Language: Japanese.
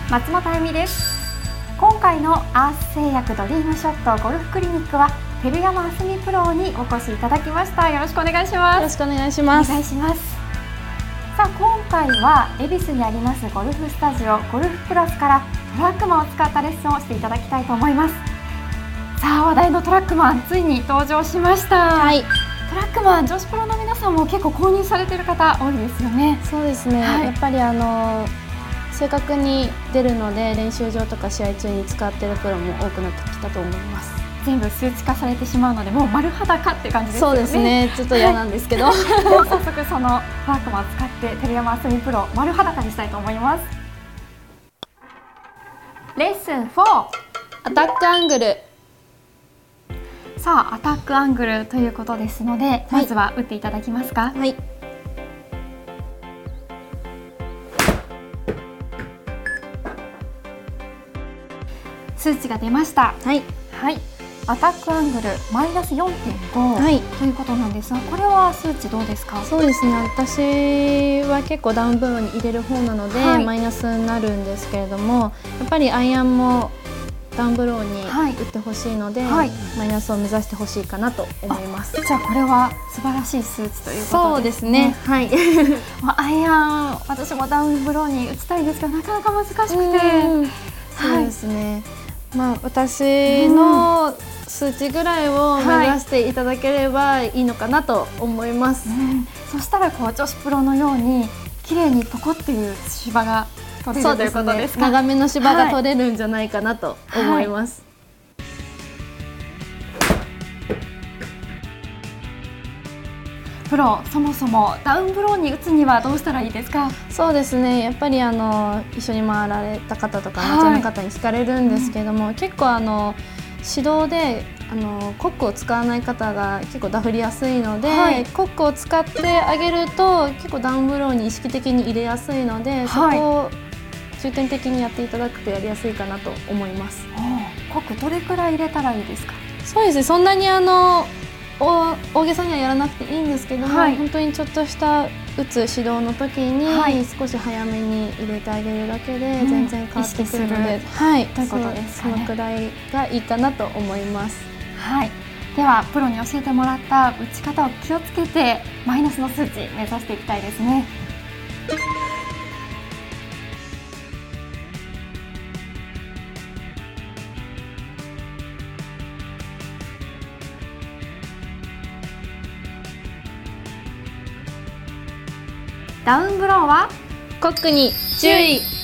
松本あゆみです。今回のアース製薬ドリームショットゴルフクリニックは照山あすみプロにお越しいただきました。よろしくお願いします。 よろしくお願いします。 お願いします。さあ、今回は恵比寿にありますゴルフスタジオゴルフプラスからトラックマンを使ったレッスンをしていただきたいと思います。さあ、話題のトラックマンついに登場しました。はい、トラックマン女子プロの皆さんも結構購入されている方多いですよね。 そうですね、はい、やっぱり正確に出るので練習場とか試合中に使っているプロも多くなってきたと思います。 全部数値化されてしまうのでもう丸裸って感じですよね。 そうですね、ちょっと嫌なんですけど、 はい、では早速そのトラックマンを使って照山あすみプロ丸裸にしたいと思います。レッスン4、 アタックアングル。 さあ、アタックアングルということですので、はい、まずは打っていただきますか。はい、数値が出ました。はい、はい、アタックアングルマイナス 4.5、はい、ということなんですが、これは数値どうですか？ そうですね、私は結構ダウンブローに入れる方なので、はい、マイナスになるんですけれども、やっぱりアイアンもダウンブローに打ってほしいので、はい、マイナスを目指してほしいかなと思います。 じゃあこれは素晴らしい数値ということそうですね。はい。 アイアン、私もダウンブローに打ちたいですけどなかなか難しくて。 そうですね。まあ私の数値ぐらいを目指していただければいいのかなと思います。 そしたらこう女子プロのように綺麗にポコっていう芝が取れるということですか？ 長めの芝が取れるんじゃないかなと思います。 プロ、そもそもダウンブローに打つにはどうしたらいいですか？ そうですね、やっぱり一緒に回られた方とかアマチュアの方に聞かれるんですけれども、結構指導でコックを使わない方が結構ダフりやすいので、はい、コックを使ってあげると結構ダウンブローに意識的に入れやすいので、そこを重点的にやっていただくとやりやすいかなと思います。 コックどれくらい入れたらいいですか？ そうですね、そんなに大げさにはやらなくていいんですけども、はい、本当にちょっとした打つ指導の時に少し早めに入れてあげるだけで全然変わってくるので、はい、ということですかね。そのくらいがいいかなと思います。 はい、ではプロに教えてもらった打ち方を気をつけてマイナスの数値目指していきたいですね。ダウンブローはコックに注意。